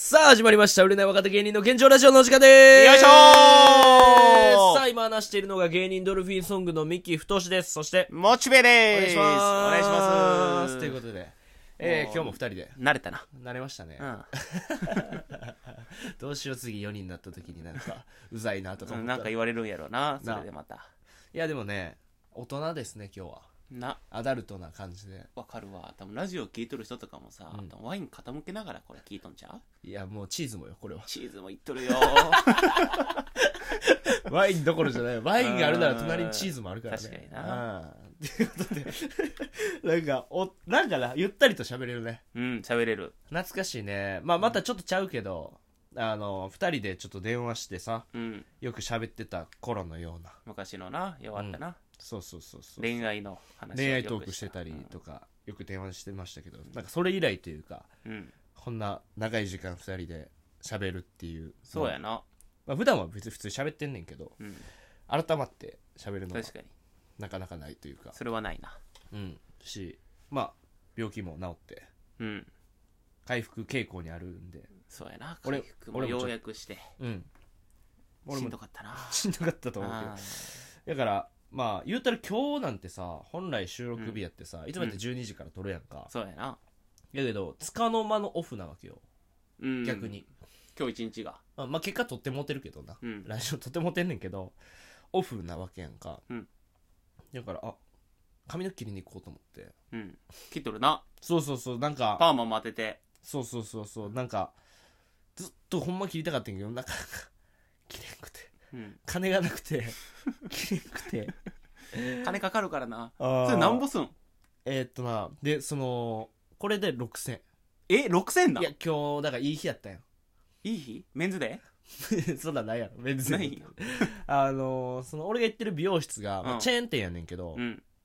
さあ始まりました売れない若手芸人の現状ラジオのお時間でーす。 よいしょー。 さあ今話しているのが芸人ドルフィンソングの三木太志です。そしてモチベでーす。 お願いします。 す。 ということで、今日も2人で慣れたな。 慣れましたね、 うん。 どうしよう次4人になった時になんかうざいなとか思ったなんか言われるんやろな。それでまた。 いやでもね大人ですね今日は。アダルトな感じで。 わかるわ。多分ラジオ聞いとる人とかもさ、ワイン傾けながらこれ聞いとんちゃう？ いやもうチーズもよこれは。 チーズもいっとるよ。 ワインどころじゃない。ワインがあるなら隣にチーズもあるからね。 確かにな。 ということでなんかなゆったりと喋れるね。 うん、喋れる。 懐かしいね。またちょっとちゃうけど、2人でちょっと電話してさ、よく喋ってた頃のような昔のな、弱ったな。 そう恋愛の話。 恋愛トークしてたりとか、よく電話してましたけど、なんかそれ以来というか、こんな長い時間2人で喋るっていう。 そうやな。 普段は別に普通に喋ってんねんけど、改まって喋るのは確かになかなかないというか。 それはないな。 病気も治って、回復傾向にあるんで。 そうやな。回復もようやくして。しんどかったな。 しんどかったと思うけど。だから言うたら今日なんてさ、本来収録日やってさ、いつもやって12時から撮るやんか。 そうやな。 だけど束の間のオフなわけよ、逆に今日一日が結果撮ってもてるけどな、来週撮ってもてんねんけどオフなわけやんか、だから髪の毛切りに行こうと思って、 切っとるな。 そうなんかパーマも当てて、 そうなんかずっとほんま切りたかったんやけどなかなか切れんくて、金がなくて切れんくて金かかるからな。それなんぼすん？ でこれで6000。 6000な。 いや今日だからいい日やったんや。 いい日？メンズデーそんなんないやろメンズデー。 ないよ。 俺が行ってる美容室が、チェーン店やねんけど、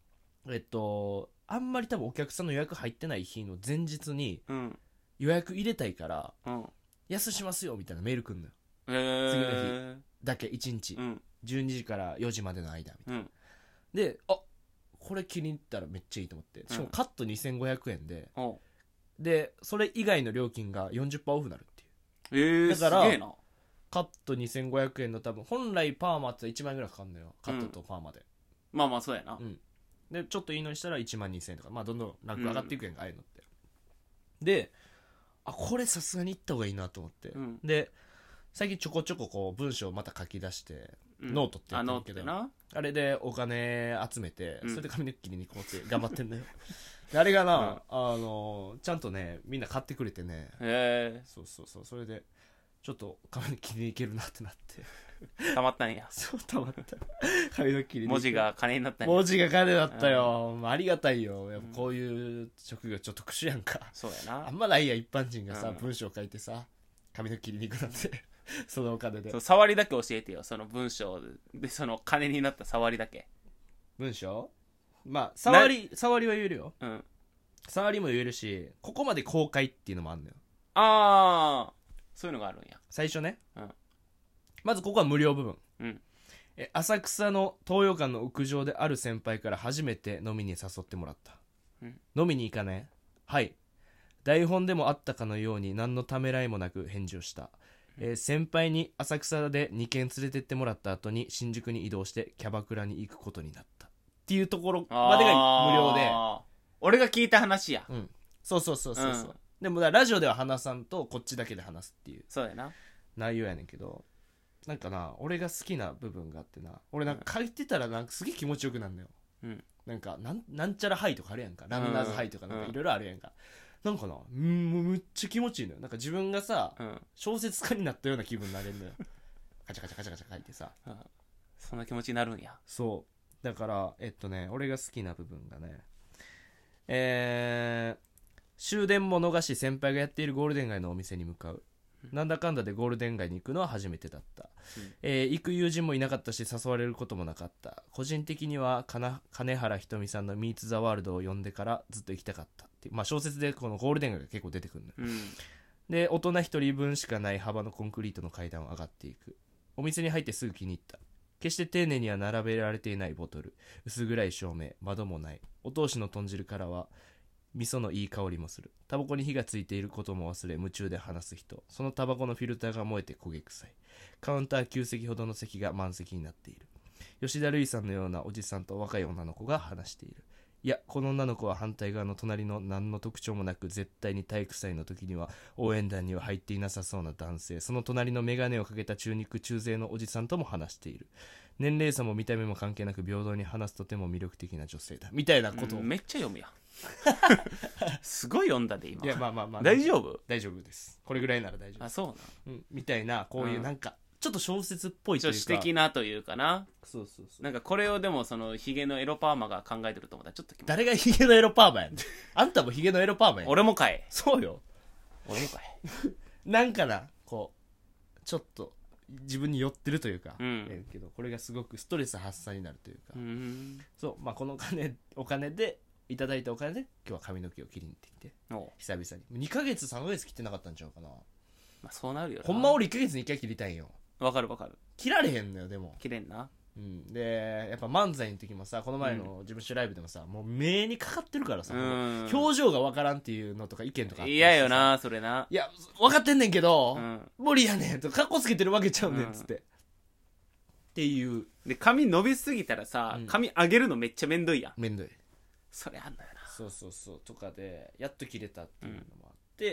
あんまり多分お客さんの予約入ってない日の前日に、予約入れたいから、安しますよみたいなメール来んのよ、次の日だけ1日、12時から4時までの間みたいな、でこれ気に入ったらめっちゃいいと思って、しかもカット2500円で、でそれ以外の料金が 40% オフになるっていう。だからすげえな。 カット2500円の多分本来パーマって1万円ぐらいかかるのよ、カットとパーマで。 まあそうやな。 でちょっといいのにしたら1万2000円とか、どんどんランク上がっていくやんか、ああいうのって。でこれさすがに行った方がいいなと思って、で最近ちょこちょここう文章をまた書き出して、ノートって言ってるけど、あれでお金集めて、それで髪の毛切りに行こうって頑張ってんだよあれがな、ちゃんとねみんな買ってくれてね、そうそれでちょっと髪の毛切りに行けるなってなってたまったんや。 そうたまった髪の毛切りに文字が金になったんや。 文字が金だったよ、ありがたいよ。やっぱこういう職業ちょっと特殊やんか。 そうやな。 あんまないや一般人がさ、文章書いてさ髪の毛切りに行くなんてそのお金で。 触りだけ教えてよ、その文章でその金になった触りだけ。 文章触りは言えるよ、触りも言えるし、ここまで公開っていうのもあるのよ。 そういうのがあるんや。 最初ね、まずここは無料部分、浅草の東洋館の屋上である先輩から初めて飲みに誘ってもらった、飲みに行かね？はい。台本でもあったかのように何のためらいもなく返事をした、先輩に浅草で2軒連れてってもらった後に新宿に移動してキャバクラに行くことになったっていうところまでが無料で、 俺が聞いた話や。 そう、でもラジオでは話さんとこっちだけで話すっていうそうやな内容やねんけど、なんかな俺が好きな部分があってな、俺なんか書いてたらなんかすげえ気持ちよくなるのよ、なんかなんちゃらハイとかあるやんか、ランナーズハイとかなんかいろいろあるやんか、なんかなもうめっちゃ気持ちいいのよ。なんか自分がさ、小説家になったような気分になれるのよカチャカチャ書いてさ、 そんな気持ちになるんや。 そうだから俺が好きな部分がね、終電も逃し先輩がやっているゴールデン街のお店に向かう、なんだかんだでゴールデン街に行くのは初めてだった、行く友人もいなかったし誘われることもなかった。個人的には金原ひとみさんのミーツ・ザ・ワールドを読んでからずっと行きたかったっていう、小説でこのゴールデン街が結構出てくるのよ、で大人一人分しかない幅のコンクリートの階段を上がっていく。お店に入ってすぐ気に入った。決して丁寧には並べられていないボトル、薄暗い照明、窓もない。お通しの豚汁からは味噌のいい香りもする。タバコに火がついていることも忘れ夢中で話す人。そのタバコのフィルターが燃えて焦げ臭い。カウンター9席ほどの席が満席になっている。吉田類さんのようなおじさんと若い女の子が話している。いや、この女の子は反対側の隣の何の特徴もなく絶対に体育祭の時には応援団には入っていなさそうな男性、その隣のメガネをかけた中肉中背のおじさんとも話している。年齢差も見た目も関係なく平等に話すとても魅力的な女性だみたいなことを、 めっちゃ読むやんすごい読んだで今。 いやまあまあまあ大丈夫？ 大丈夫です。これぐらいなら大丈夫。 あ、そうな、 みたいな、こういうなんか、ちょっと小説っぽいというか、 詩的なというかな。 そうそうそう。 なんかこれをでもそのヒゲのエロパーマが考えてると思ったらちょっと誰がヒゲのエロパーマやんあんたもヒゲのエロパーマやん。 俺もかい。 そうよ。 俺もかいなんかな、こうちょっと自分に寄ってるというか、けどこれがすごくストレス発散になるというか、そう、まあこのお金でいただいたお金で今日は髪の毛を切りに行ってきて、久々に2ヶ月3ヶ月切ってなかったんちゃうかな。 まあそうなるよな。 ほんま俺1ヶ月に1回切りたいんよ。 わかるわかる。 切られへんのよ。でも切れんな。 でやっぱ漫才の時もさ、この前の事務所ライブでもさ、もう目にかかってるからさ、表情がわからんっていうのとか意見とかあって、 嫌よなそれな。 いや分かってんねんけど、無理やねんとかっこつけてるわけちゃうねんっつって、っていうで、髪伸びすぎたらさ、髪上げるのめっちゃめんどいやん。 めんどい。 それあんだよな。 そうそうそうとかでやっと切れたっていうのもあって、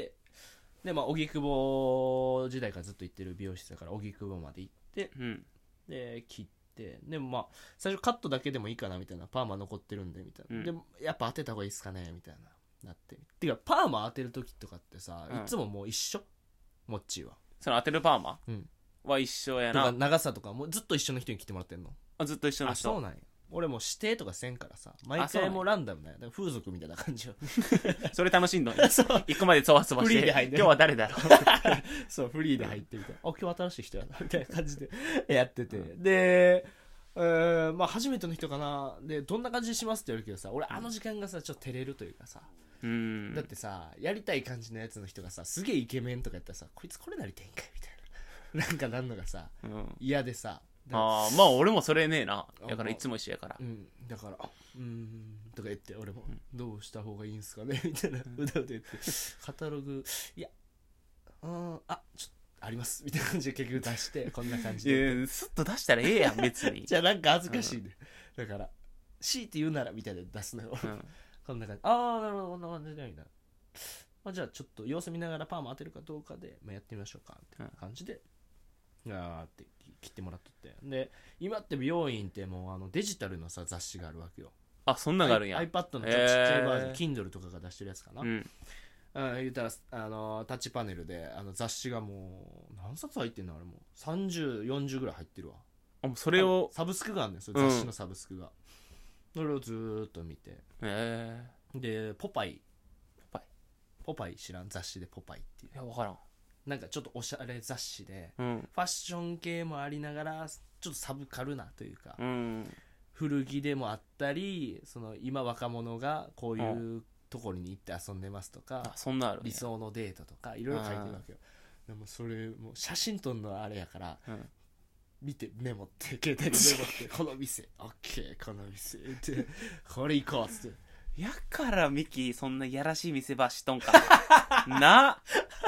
でまあ荻窪時代からずっと行ってる美容室だから荻窪まで行って、で切って、でもまあ最初カットだけでもいいかなみたいな、パーマ残ってるんでみたいな、でもやっぱ当てた方がいいっすかねみたいななって、てかパーマ当てる時とかってさ、いつももう一緒、モッチーはその当てるパーマ、は一緒やな。 長さとかもずっと一緒の人に切ってもらってんの？ ずっと一緒の人。 あ、そうなんや。俺もう指定とかせんからさ、毎回もうランダムなんや。だから風俗みたいな感じよそれ楽しんどんや。行くまでそわそわして、 フリーで入って、 今日は誰だろうそうフリーで入ってみたいな、あ今日新しい人やなみたいな感じでやってて、でまあ初めての人かな、でどんな感じにしますって言われるけどさ、俺あの時間がさちょっと照れるというかさ、だってさやりたい感じのやつの人がさすげえイケメンとかやったらさ、こいつこれなりてんかいみたいななんかなんのがさ、嫌でさ、 ああまあ俺もそれねえな、だからいつも一緒やから、 だからとか言って、俺もどうした方がいいんすかねみたいなうだうだ言って、カタログいやちょっとありますみたいな感じで結局出して、こんな感じでスッと出したらええやん別にじゃあなんか恥ずかしいね、だから強いて言うならみたいな出すのよ、こんな感じ、ああなるほどこんな感じでみたいな、じゃあちょっと様子見ながらパーマ当てるかどうかで、やってみましょうかみたいな感じで、って切ってもらっとって、で今って美容院ってもうデジタルのさ雑誌があるわけよ。 あ、そんながあるんや。 iPad のちっちゃいバージョン、Kindle とかが出してるやつかな、言ったらタッチパネルで雑誌がもう何冊入ってんのあれ、もう30、40ぐらい入ってるわ。 あ、それをサブスクがあるんですよ、雑誌のサブスクが、それをずーっと見て、でポパイ知らん？雑誌でポパイっていう、 いや分からん、 なんかちょっとおしゃれ雑誌で、ファッション系もありながらちょっとサブカルなというか、古着でもあったり、その今若者がこういうところに行って遊んでますとか、 そんなある理想のデートとかいろいろ書いてるわけよ。でもそれもう写真撮るのはあれやから、見てメモって携帯でメモってこの店オッケー、この店ってこれ行こうっつって、 やからミキそんなやらしい店ばしとんかな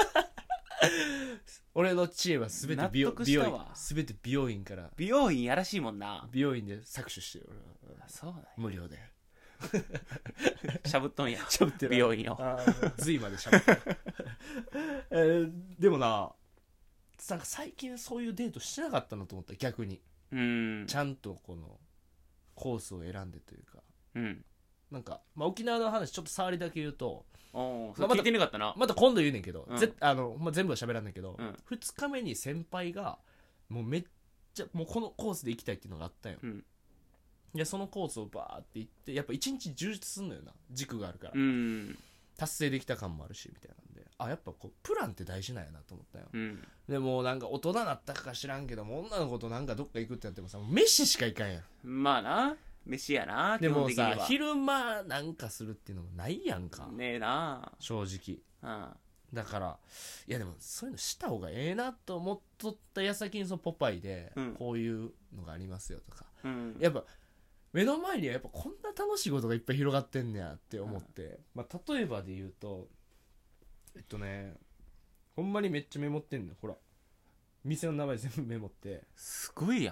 俺の知恵は全て美容院から、 美容院やらしいもんな、 美容院で搾取してる俺は。 そうだ、 無料でしゃぶっとんや美容院を髄までしゃぶってるでもな、なんか最近そういうデートしてなかったなと思った、逆に。ちゃんとこのコースを選んでというか、なんか、沖縄の話ちょっと触りだけ言うと、 聞いてなかったな。 また今度言うねんけど、全部は喋らんねんけど、2日目に先輩がもうめっちゃもうこのコースで行きたいっていうのがあったよ、でそのコースをバーって行って、やっぱ一日充実すんのよな、軸があるから、達成できた感もあるしみたいなんで、やっぱこうプランって大事なんやなと思ったよ、でもなんか大人なったか知らんけども、女の子となんかどっか行くってなってもさ、飯しか行かんやん。 まあな、飯やな。 でもさ、昼間なんかするっていうのもないやんか、 ねえな正直。だからいやでもそういうのした方がええなと思っとった矢先に、そのポパイでこういうのがありますよとか、やっぱ目の前にはやっぱこんな楽しいことがいっぱい広がってんねやって思って、まあ、例えばで言うとほんまにめっちゃメモってんのよ。ほら店の名前全部メモって、 すごいやん。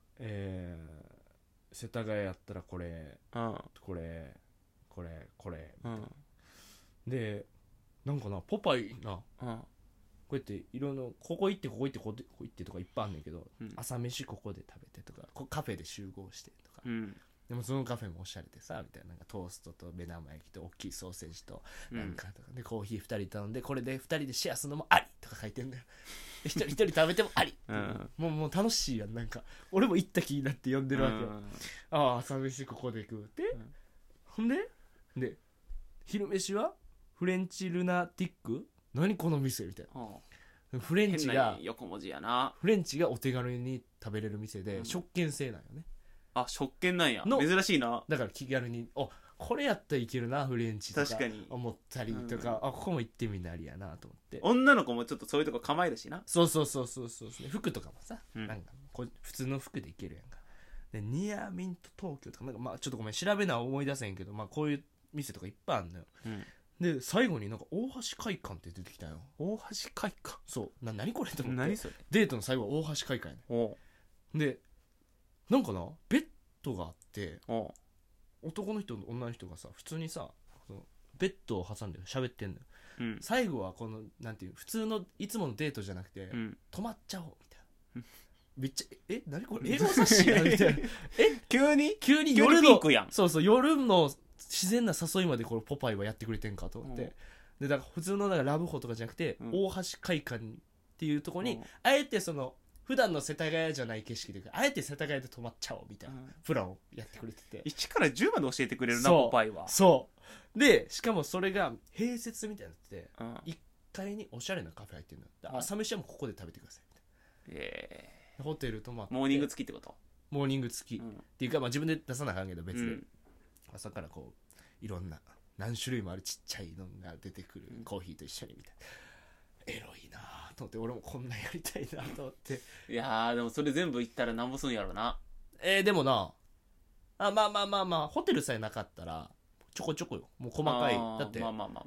世田谷やったらこれ、 うん、 これこれこれ、 うん、 でなんかなポパイな、 うん、 こうやっていろいろここ行ってここ行ってここ行ってとかいっぱいあんねんけど、 うん、 朝飯ここで食べてとかカフェで集合してとか、 うん、 でもそのカフェもおしゃれでさみたいな、なんかトーストと目玉焼きと大きいソーセージとなんかとかで、コーヒー2人頼んでこれで2人でシェアするのもありとか書いてんだよ。一人一人食べてもあり、 うん、 もう楽しいやん。なんか俺も行った気になって呼んでるわけよ、ああ朝飯ここで食うて、ほんで昼飯はフレンチルナティック、何この店みたいな、フレンチが横文字やな。 フレンチがお手軽に食べれる店で、食券制なんよね。 あ、食券なんや。珍しいな。 だから気軽にこれやったらいけるなフレンチとか思ったりとか、ここも行ってみなりやなと思って。 女の子もちょっとそういうとこ構えるしな。 そう、服とかもさ、なんか普通の服で行けるやんか。でニアミント東京とかなんか、まあちょっとごめん調べな思い出せんけど、まあこういう店とかいっぱいあるのよ、で最後になんか大橋会館って出てきたよ。 大橋会館、 そう何これと思って。 何それ。 デートの最後は大橋会館やねん。でなんかなベッドがあって、男の人と女の人がさ普通にさベッドを挟んで喋ってんのよ、最後はこのなんていう普通のいつものデートじゃなくて、泊まっちゃおうみたいな、めっちゃ何これ英語雑誌やみたいな急に夜のそう夜の自然な誘いまでこれポパイはやってくれてんかと思って、でだから普通のだからラブホとかじゃなくて、大橋会館っていうところに、あえてその普段の世田谷じゃない景色であえて世田谷で泊まっちゃおうみたいなプランをやってくれてて、 1から10まで教えてくれるなポパイは。 そうでしかもそれが併設みたいになってて、1階におしゃれなカフェ入ってるの、朝飯はもうここで食べてくださいみたいな、ホテル泊まってモーニング付きってこと。 モーニング付き、っていうか、まあ、自分で出さなあかんけど別で、朝からこういろんな何種類もあるちっちゃいのが出てくる、コーヒーと一緒にみたいな、エロいなと思って、俺もこんなやりたいなと思って。 いやーでもそれ全部言ったらなんぼすんやろな。 でもなまあホテルさえなかったらちょこちょこよ、もう細かい、だって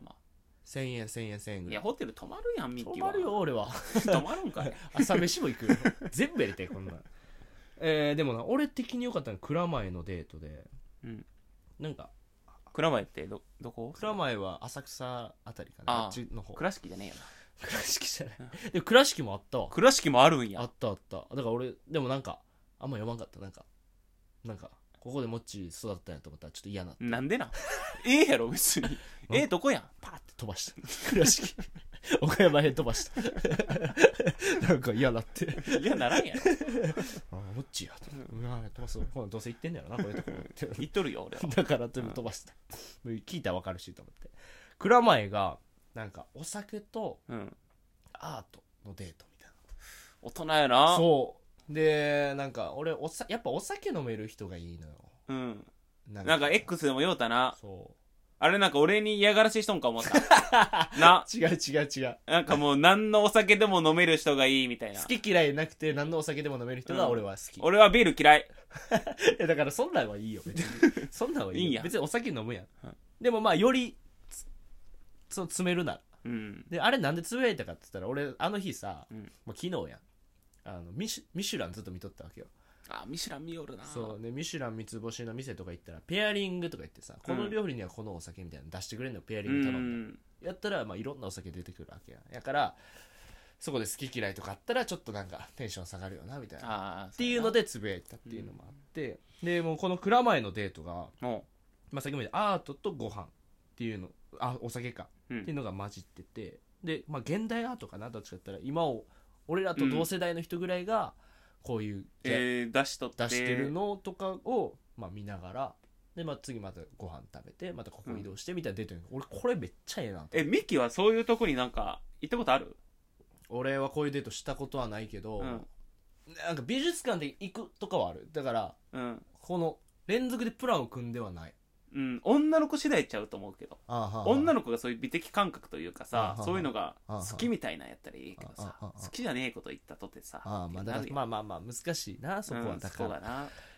1000円ぐらい。 いやホテル泊まるやんミッキーは。 泊まるよ俺は泊まるんかい朝飯も行くよ全部やりたいこんなんでもな俺的に良かったのは蔵前のデートで、なんか蔵前ってどこ。 蔵前は浅草あたりかな、あっちの方。 倉敷じゃねえよな。 倉敷じゃないでも倉敷もあったわ。 倉敷もあるんや。 あっただから俺でもなんかあんま読まんかった。なんかここでもっち育ったんやと思ったらちょっと嫌なって。 なんでなやろ別にどこやん。 パーって飛ばした倉敷岡山編飛ばしたなんか嫌なって嫌ならんやろもっちやと、飛ばそう、どうせ行ってんだよなこういうとこ行っとるよ俺は。 だから全部飛ばした、聞いたら分かるしと思って。蔵前がなんかお酒とアートのデートみたいな、 大人やな。 そうでなんか俺やっぱお酒飲める人がいいのよ。 なんか X でも言うたな。 そうあれなんか俺に嫌がらせしとんか思ったな。 違うなんかもう何のお酒でも飲める人がいいみたいな。 好き嫌いなくて何のお酒でも飲める人が俺は好き、 俺はビール嫌いいやだからそんなんはいいよ別にそんなんはいいよ、いいや別にお酒飲むやん、でもまあよりそう詰めるなら、であれなんでつぶやいたかって言ったら俺あの日さ、もう昨日やんミシュランずっと見とったわけよ。 ミシュラン見よるな。 そうね、ミシュラン三つ星の店とか行ったらペアリングとか言ってさ、この料理にはこのお酒みたいなの出してくれんの、ペアリング頼んで、やったらまあいろんなお酒出てくるわけや。だからそこで好き嫌いとかあったらちょっとなんかテンション下がるよなみたいなっていうのでつぶやいたっていうのもあって、でもうこの蔵前のデートが、まあ、さっきも言ったアートとご飯っていうの、お酒かっていうのが混じってて、で、まあ、現代アートかなどっちかって言ったら今を俺らと同世代の人ぐらいがこういう、 出してるのとかを、まあ、見ながらで、まあ、次またご飯食べてまたここ移動してみたいなデートに、俺これめっちゃええな。 ミキはそういうとこになんか行ったことある？ 俺はこういうデートしたことはないけど、なんか美術館で行くとかはある。だから、この連続でプランを組んではない。 女の子次第ちゃうと思うけど、女の子がそういう美的感覚というかさ、そういうのが好きみたいなやったらいいけどさ、好きじゃねえこと言ったとてさ、 まあ難しいなそこは。だから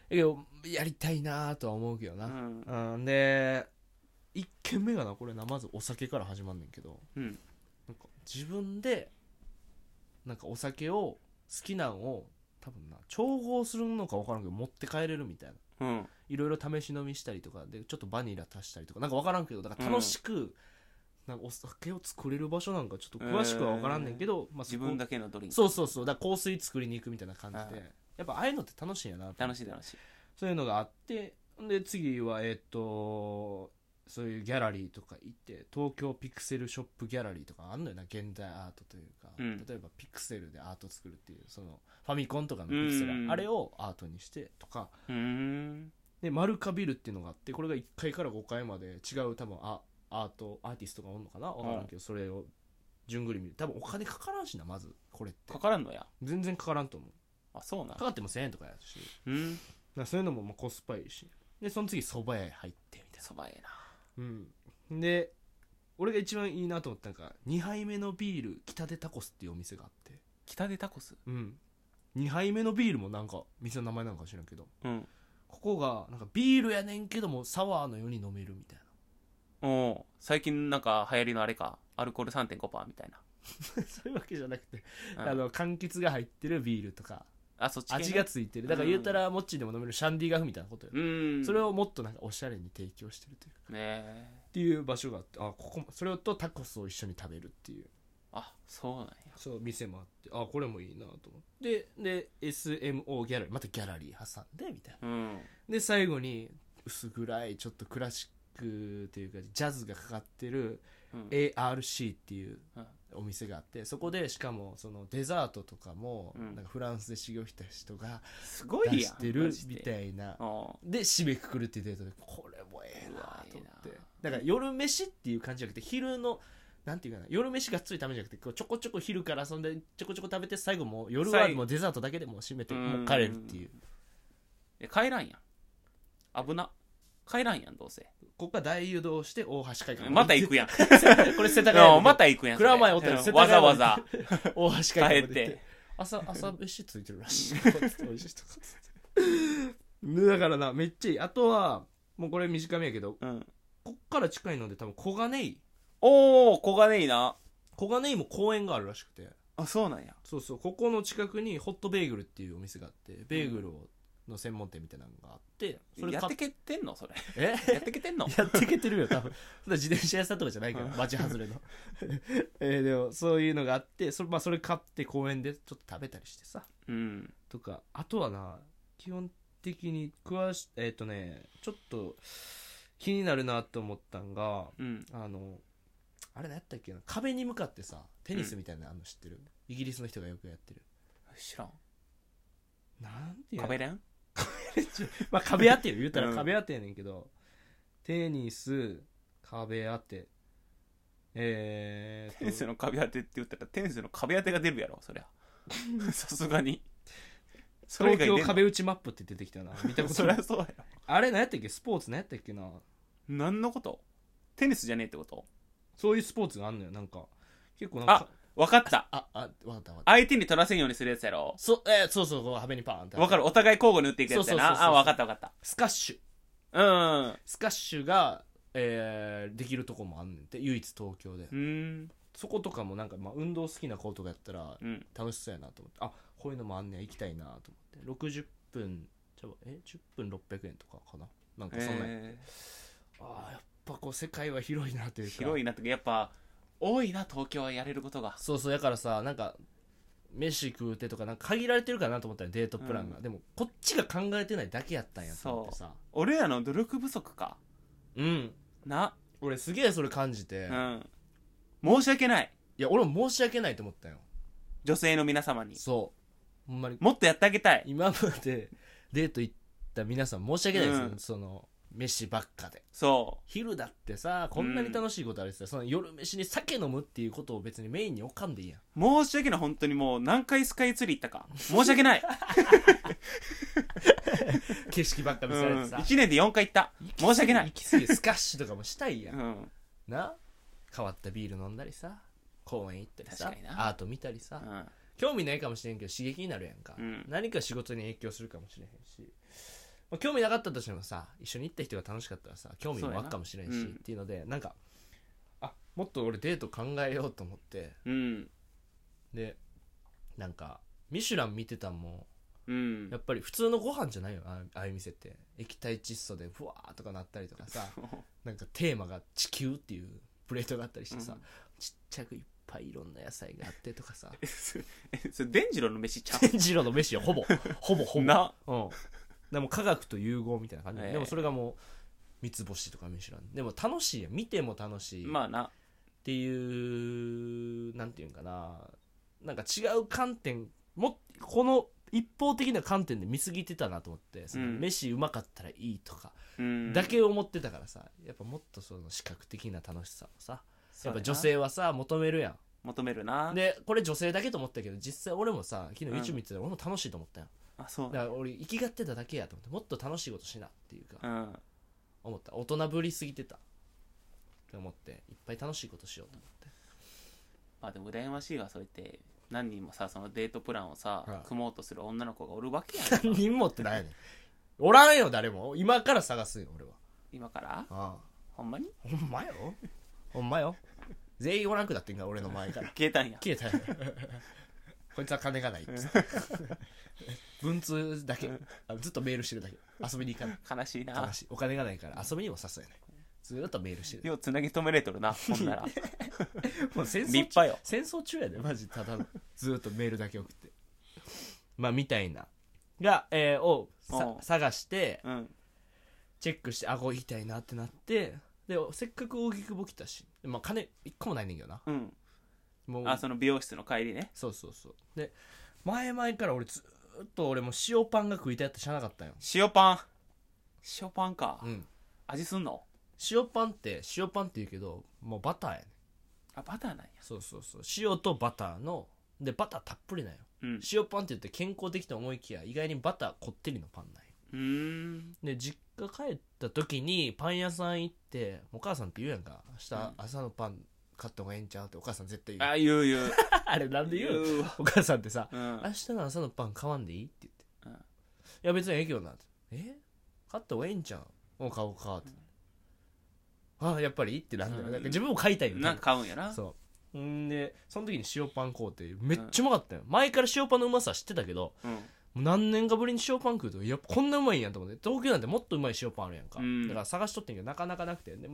けどやりたいなとは思うけどな、うん、で1軒目がなこれなまずお酒から始まんねんけど、なんか自分でなんかお酒を好きなんを多分な調合するのか分からんけど持って帰れるみたいな、いろいろ試し飲みしたりとかでちょっとバニラ足したりとかなんか分からんけどだから楽しく、なんかお酒を作れる場所なんかちょっと詳しくは分からんねんけど、まあ、 自分だけのドリンクそうだから香水作りに行くみたいな感じでやっぱああいうのって楽しいんやな楽しいそういうのがあってで次はそういうギャラリーとか行って東京ピクセルショップギャラリーとかあんのよな現代アートというか、例えばピクセルでアート作るっていうそのファミコンとかのピクセルあれをアートにしてとかでマルカビルっていうのがあってこれが1階から5階まで違う多分アーティストがおるのかな分からんけどそれを順繰り見る多分お金かからんしなまずこれってかからんのや全然かからんと思うあそうなんかかっても1000円とかやしだそういうのもまあコスパいいしでその次蕎麦屋入ってみたいな蕎麦屋なで俺が一番いいなと思ったのが2杯目のビール北出タコスっていうお店があって北出タコス 2杯目のビールもなんか店の名前なのか知らんけど、ここがなんかビールやねんけどもサワーのように飲めるみたいな最近なんか流行りのあれかアルコール 3.5% みたいなそういうわけじゃなくて、柑橘が入ってるビールとかそっち、 味がついてるだから言うたらモッチーでも飲めるシャンディガフみたいなことよ、それをもっとなんかおしゃれに提供してるというか、っていう場所があってここそれとタコスを一緒に食べるっていうそうなんやそう店もあってこれもいいなと思ってで SMO ギャラリーまたギャラリー挟んでみたいな、で最後に薄暗いちょっとクラシックというかジャズがかかってる、ARC っていうお店があってそこでしかもそのデザートとかも、なんかフランスで修行した人が出してるみたいなで締めくくるっていうデートでこれもええなと思ってだから夜飯っていう感じじゃなくて昼のなんていうかな夜飯がっつり食べじゃなくてこうちょこちょこ昼から遊んでちょこちょこ食べて最後もう夜はもうデザートだけでもう締めてもう帰れるっていう帰らんやん危な帰らんやんどうせここから大誘導して大橋会館また行くやんこれ世田谷また行くやん蔵前おったら世田谷わざわざ大橋会館まで帰って朝飯ついてるらしい美味しいとかだからなめっちゃいいあとはもうこれ短めやけど、こっから近いので多分小金井小金井な小金井も公園があるらしくてそうなんやそうここの近くにホットベーグルっていうお店があってベーグルの専門店みたいなのがあってそれやってけてんのそれやってけてんのやってけてるよ多分自転車屋さんとかじゃないから街外れのでもそういうのがあってそれ買って公園でちょっと食べたりしてさ、とかあとはな基本的にちょっと気になるなと思ったんが、あれ何やったっけな壁に向かってさテニスみたいなの知ってる、イギリスの人がよくやってる知らんなんていう壁連まあ壁当てよ言うたら壁当てやねんけど、テニス壁当てテニスの壁当てって言ったらテニスの壁当てが出るやろそりゃさすがに東京壁打ちマップって出てきたな見たことないそりゃそうやろあれ何やったっけスポーツ何やったっけな何のことテニスじゃねえってことそういうスポーツがあんのよなんか結構なんか分かった分かった相手に取らせんようにするやつやろそうこう壁にパーンって分かるお互い交互に打っていくやつやな分かったスカッシュスカッシュが、できるとこもあんねんって唯一東京でそことかもなんか、運動好きな子とかやったら楽しそうやなと思ってこういうのもあんねん行きたいなと思って60分10分600円とかかななんかそんなやっぱこう世界は広いなというか広いなとかやっぱ多いな東京はやれることがそうだからさなんか飯食うてとかなんか限られてるかなと思ったらデートプランが、でもこっちが考えてないだけやったんやと思ってさ俺らの努力不足か俺すげえそれ感じて、 申し訳ないいや俺も申し訳ないと思ったよ女性の皆様にそうほんまにもっとやってあげたい今までデート行った皆さん申し訳ないですよ、その飯ばっかで昼だってさこんなに楽しいことあるってさ、その夜飯に酒飲むっていうことを別にメインに置かんでいいやん申し訳ない本当にもう何回スカイツリー行ったか申し訳ない景色ばっか見せられてさ、 1年で4回行った申し訳ない行き過ぎスカッシュとかもしたいやん、な変わったビール飲んだりさ公園行ったりさアート見たりさ、興味ないかもしれんけど刺激になるやんか、何か仕事に影響するかもしれへんしまあ、興味なかったとしてもさ一緒に行った人が楽しかったらさ興味も湧くかもしれんし、っていうのでなんかもっと俺デート考えようと思って、でなんかミシュラン見てたんも、やっぱり普通のご飯じゃないよああいう店って。液体窒素でふわーとかなったりとかさなんかテーマが地球っていうプレートがあったりしてさ、ちっちゃくいっぱいいろんな野菜があってとかさそれ伝次郎の飯ちゃう？ 伝次郎の飯よほぼな、 でも科学と融合みたいな感じで、でもそれがもう三つ星とかミシュランでも楽しいやん、見ても楽しい、 まあなっていうなんていうんかな、なんか違う観点この一方的な観点で見過ぎてたなと思って、その飯うまかったらいいとかだけ思ってたからさ、やっぱもっとその視覚的な楽しさをさやっぱ女性はさ求めるやん。 求めるな。 でこれ女性だけと思ったけど実際俺もさ昨日 YouTube 見てたら俺も楽しいと思ったよ。 あ、そうだから俺生きがってただけやと思って、もっと楽しいことしなっていうか、思った。大人ぶりすぎてたって思っていっぱい楽しいことしようと思って。 まあでも羨ましいわ、そうやって何人もさそのデートプランをさ、組もうとする女の子がおるわけやん。 何人もってないねん。おらんよ誰も。今から探すよ俺は。 今から？ほんまに？ ほんまよほんまよ。全員おらんくなってんから俺の前から消えたんや。 消えたんやこいつは金がないっつって文通だけずっとメールしてるだけ。遊びに行かない。 悲しいな。 悲しい。お金がないから遊びにも誘えない。ずっとメールしてる。 ようつなぎ止めれとるなほんならもう戦争立派よ。 戦争中やでマジ。ただずっとメールだけ送ってまあみたいなが、探して、チェックしてこう行きたいなってなって、でせっかく荻窪来たし、まあ、金一個もないねんけどな、 もうその美容室の帰りね。 そうで前々から俺ずっと俺も塩パンが食いたいって知らなかったよ。 塩パンか、味すんの？ 塩パンって言うけどもうバターやねん。 バターなんや。 そう塩とバターのでバターたっぷりなんよ、塩パンって言って健康的と思いきや意外にバターこってりのパンなんよ。で実家帰った時にパン屋さん行って、お母さんって言うやんか、明日朝のパン買った方がええんちゃうってお母さん絶対言う。 言うあれなんで言うお母さんってさ、明日の朝のパン買わんでいいって言って、いや別にええけどなって、買った方がええんちゃう、もう買おうかって、やっぱりってなんだよ、なんか自分も買いたいよ。 なんか買うんやな。 そうでその時に塩パン買うてめっちゃうまかったよ、前から塩パンのうまさ知ってたけど、何年かぶりに塩パン食うとやっぱこんなうまいんやと思って。東京なんてもっとうまい塩パンあるやんか、だから探しとってんけどなかなかなくて、で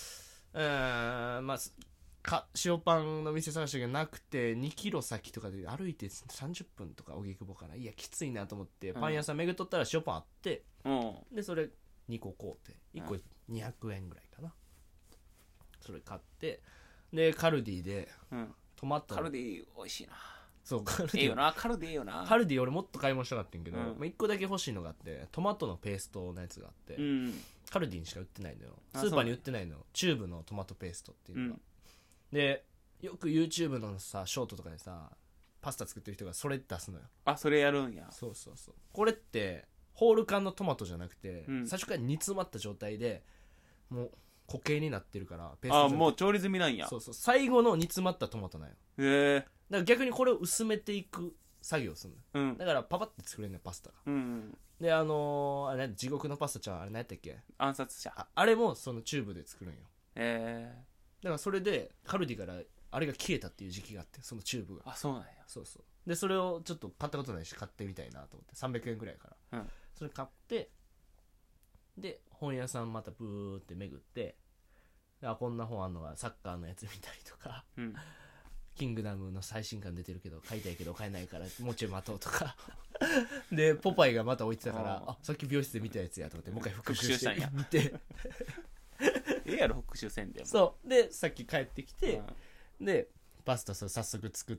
塩パンの店探したけどなくて、2キロ先とかで歩いて30分とか荻窪から、いやきついなと思ってパン屋さん巡っとったら塩パンあって、でそれ2個買うて1個200円ぐらいかな、それ買って、でカルディでトマト、 カルディ美味しいな。 そうカルディいいよな、カルディいいよな。 カルディ俺もっと買い物したかったんけど、1個だけ欲しいのがあって、トマトのペーストのやつがあって、カルディにしか売ってないのよ、スーパーに売ってないのよ、チューブのトマトペーストっていうのが、でよく YouTube のさショートとかでさパスタ作ってる人がそれ出すのよ。 それやるんや。 そうこれってホール缶のトマトじゃなくて、最初から煮詰まった状態でもう固形になってるからペーストもう調理済みなんや。 そう最後の煮詰まったトマトなんよ。 へえ。 だから逆にこれを薄めていく作業するの、だからパパって作れるねパスタが、であれ地獄のパスタちゃんあれ何やったっけ、 暗殺者、 あれもそのチューブで作るんよ。 だからそれでカルディからあれが消えたっていう時期があって、そのチューブが。 そうなんや。 そうでそれをちょっと買ったことないし買ってみたいなと思って300円くらいから、それ買って、で本屋さんまたブーって巡って、こんな本あんのがサッカーのやつ見たりとか、キングダムの最新刊出てるけど買いたいけど買えないからもうちょい待とうとかでポパイがまた置いてたから、さっき美容室で見たやつやと思ってもう一回復習して見てやろ復習せんでも。 そうでさっき帰ってきて、でパスタ早速作って、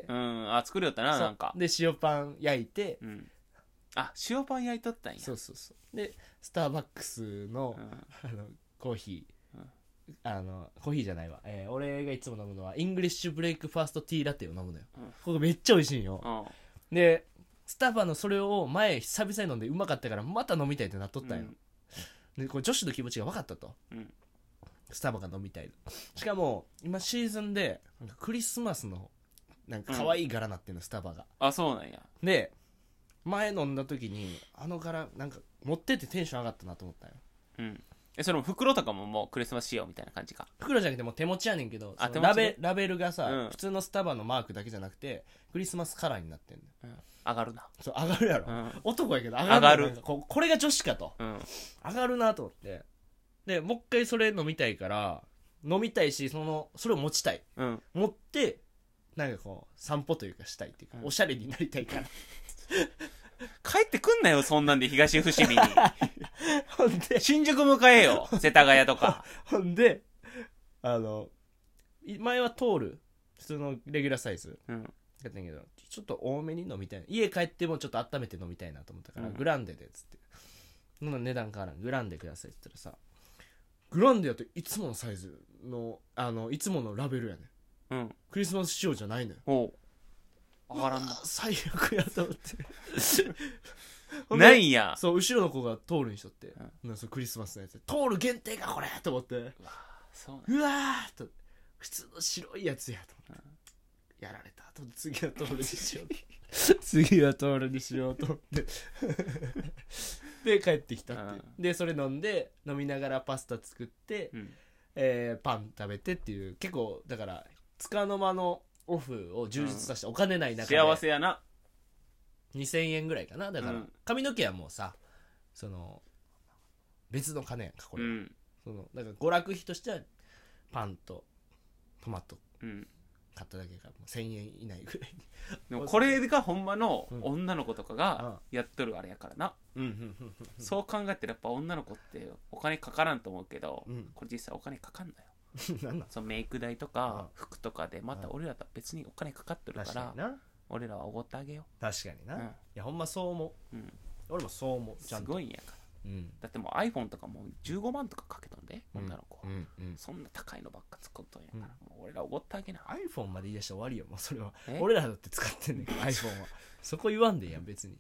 作るよったな、なんかで塩パン焼いて、 塩パン焼いとったんや。 そうでスターバックスの、コーヒー、コーヒーじゃないわ、俺がいつも飲むのはイングリッシュブレイクファーストティーラテを飲むのよ、ここめっちゃ美味しいんよ、でスタバのそれを前久々に飲んでうまかったからまた飲みたいってなっとったんよ、でこれ女子の気持ちが分かったと、スタバが飲みたい、しかも今シーズンでなんかクリスマスのなんか可愛い柄なっていうの、スタバが。 そうなんや。 で前飲んだ時にあの柄なんか持っててテンション上がったなと思ったよ。 うん。それも袋とかももうクリスマス仕様みたいな感じか。 袋じゃなくてもう手持ちやねんけど、 あ、 ラベルがさ、 うん、 普通のスタバのマークだけじゃなくてクリスマスカラーになってんの、 うん、上がるな。 そう上がるやろ、男やけど上がる。 これが女子かと、上がるなと思って、でもう一回それ飲みたいから飲みたいし、それを持ちたい、持ってなんかこう散歩というかしたいっていうか、おしゃれになりたいから帰ってくんなよそんなんで東伏見にほんで新宿迎えよ世田谷とかほんで前は通る普通のレギュラーサイズやったんやけど、ちょっと多めに飲みたいな、家帰ってもちょっと温めて飲みたいなと思ったから、グランデでっつって、そんな値段変わらんグランデくださいって言ったらさ、グランデやといつものサイズのいつものラベルやね、クリスマス仕様じゃないのよ。 おう上がらんな、 最悪やと思ってないんや。 そう後ろの子がトールにしとって、そうクリスマスのやつでトール限定かこれと思って、うわーと普通の白いやつやと思って、やられたと次はトールにしよう次はトールにしようと思ってで帰ってきたって、でそれ飲みながらパスタ作って、パン食べてっていう、結構だから束の間のオフを充実させて、お金ない中で幸せやな。 2000円ぐらいかな。だから髪の毛はもうさ、その別の金やんかこれ、だから娯楽費としてはパンとトマト買っただけがもう1000円以内ぐらいにでもこれがほんまの女の子とかがやっとるあれやからな、そう考えたらやっぱ女の子ってお金かからんと思うけど、これ実際お金かかんだよなんなんそのメイク代とか服とかでまた俺らと別にお金かかってるから、俺らはおごってあげよう。 確かにな、いやほんまそう思う、俺もそう思う。ちゃんとすごいんやから、だってもう iPhone とかも15万とかかけたんで、女の子、そんな高いのばっか使っとんやから、もう俺らおごってあげな。 iPhone まで言い出したら終わりよもうそれは。俺らだって使ってんねん iPhone はそこ言わんでいいやん別に。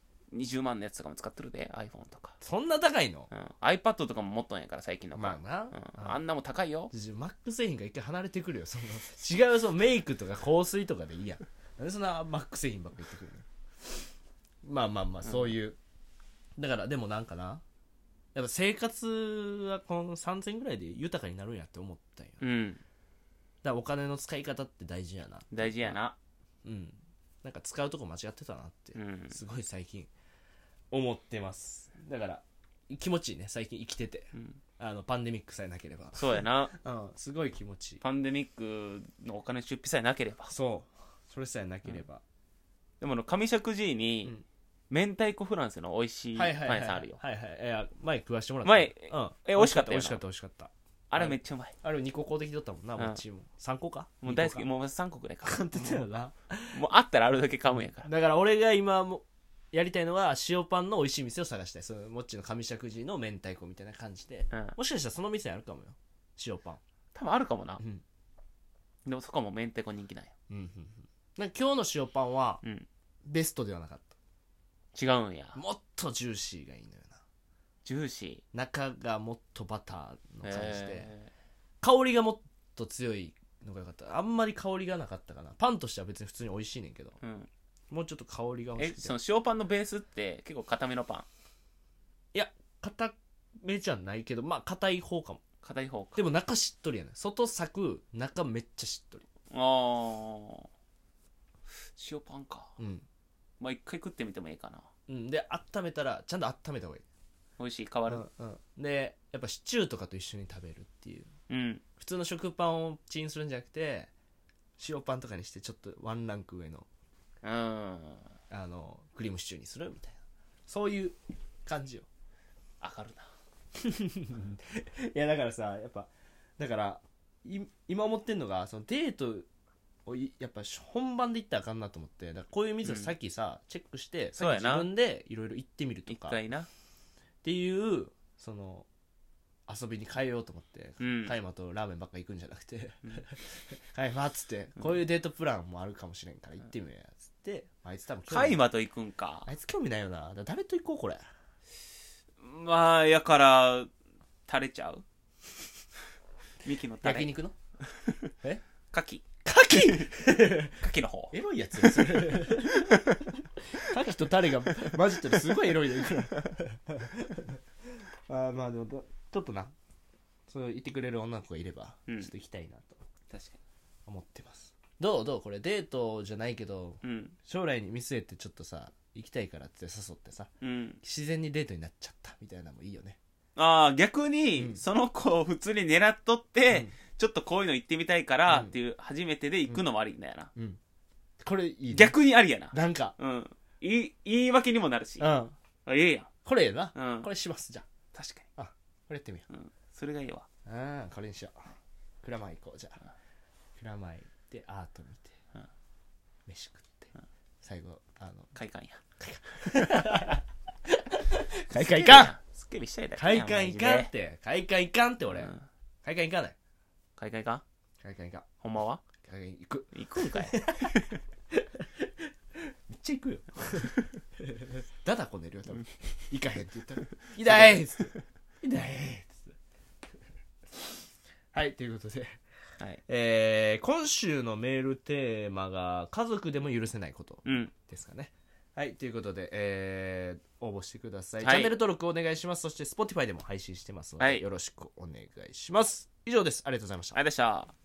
20万のやつとかも使ってるで iPhone とか。 そんな高いの、 iPad とかも持っとんやから最近の子。 まあな、 あんなもん高いよ。 マック製品が一回離れてくるよ。その違うそのメイクとか香水とかでいいやん。なんでそんなマック製品ばっか言ってくるの。まあまあまあそういう、だからでもなんかな、やっぱ生活はこの3000ぐらいで豊かになるんやって思ったんや。だからお金の使い方って大事やな。 大事やな。 なんか使うとこ間違ってたなって、すごい最近思ってます。だから気持ちいいね最近生きてて、パンデミックさえなければ。 そうやな、 すごい気持ちいい。 パンデミックのお金出費さえなければ。 それさえなければ、 でも上石寺に、明太子フランスの美味しいパン屋さんあるよ。 前食わしてもらった。 美味しかったよ。 美味しかった。 あれめっちゃうまい。 あれ2個買うてきとったもんな、もちも3個か。 もう大好き。もう3個ぐらい買ってたよな。 もうあったらあるだけ買うんやから。 だから俺が今もやりたいのは塩パンの美味しい店を探したい。そのもっちの上石寺の明太子みたいな感じで、もしかしたらその店あるかもよ。塩パン多分あるかもな。でもそこはもう明太子人気ないよ。 なんか今日の塩パンはベストではなかった。 違うんや。 もっとジューシーがいいのよな。 ジューシー、中がもっとバターの感じで、香りがもっと強いのが良かった。あんまり香りがなかったかな。パンとしては別に普通に美味しいねんけど、もうちょっと香りが欲しくて。 その塩パンのベースって結構固めのパン？ いや固めじゃないけど、まあ硬い方かも。 硬い方か。 でも中しっとりやね。外サク、中めっちゃしっとり。 塩パンか。まあ一回食ってみてもいいかな。 で温めたらちゃんと温めた方がいい。 美味しい。変わる。 でやっぱシチューとかと一緒に食べるっていう、普通の食パンをチンするんじゃなくて塩パンとかにしてちょっとワンランク上のクリームシチューにするみたいな、そういう感じよ。 上がるな。 いやだからさ、やっぱだから今思ってんのが、そのデートをやっぱ本番で行ったらあかんなと思って、だからこういう店をさっきさ、チェックしてさっき自分でいろいろ行ってみるとか一回なっていうその遊びに変えようと思って、カイマとラーメンばっか行くんじゃなくて、カイマっつってこういうデートプランもあるかもしれんから行ってみようやっつって、あいつ多分カイマと行くんか。 あいつ興味ないよな。だから誰と行こうこれ。 まあやから垂れちゃう。ミキのタレ。 焼肉のカキカキカキの方。 エロいやつやそれ。 牡蠣とタレが混じってるすごいエロいねまあでもちょっとなそう言ってくれる女の子がいれば、ちょっと行きたいなと確かに思ってます。どうこれデートじゃないけど、将来に見据えてちょっとさ行きたいからって誘ってさ、自然にデートになっちゃったみたいなのもいいよね。 逆に、その子を普通に狙っとって、ちょっとこういうの行ってみたいからっていう初めてで行くのもありだよな、 これいい、ね、 逆にありやな。 なんか言い訳にもなるし、ええやんこれええな、これします。じゃあ確かにこれやってみよう、 それがいいわ。 これにしよう。蔵前行こう。じゃあ蔵前行ってアート見て、飯食って、最後快感や快感いかん。 すっきりしたいだけ快感いかんって。快感いかんって俺、快感いかない。 快感いかん。 快感いかん。 ほんまは快感行く。 行くんかいめっちゃ行くよだだこねるよ多分、行かへんって言ったら痛いっつって痛いっつってはい、ということで、今週のメールテーマが家族でも許せないことですかね。はい、ということで、応募してください、チャンネル登録お願いします。そして Spotify でも配信してますので、よろしくお願いします。以上です。ありがとうございました。 ありがとうございました。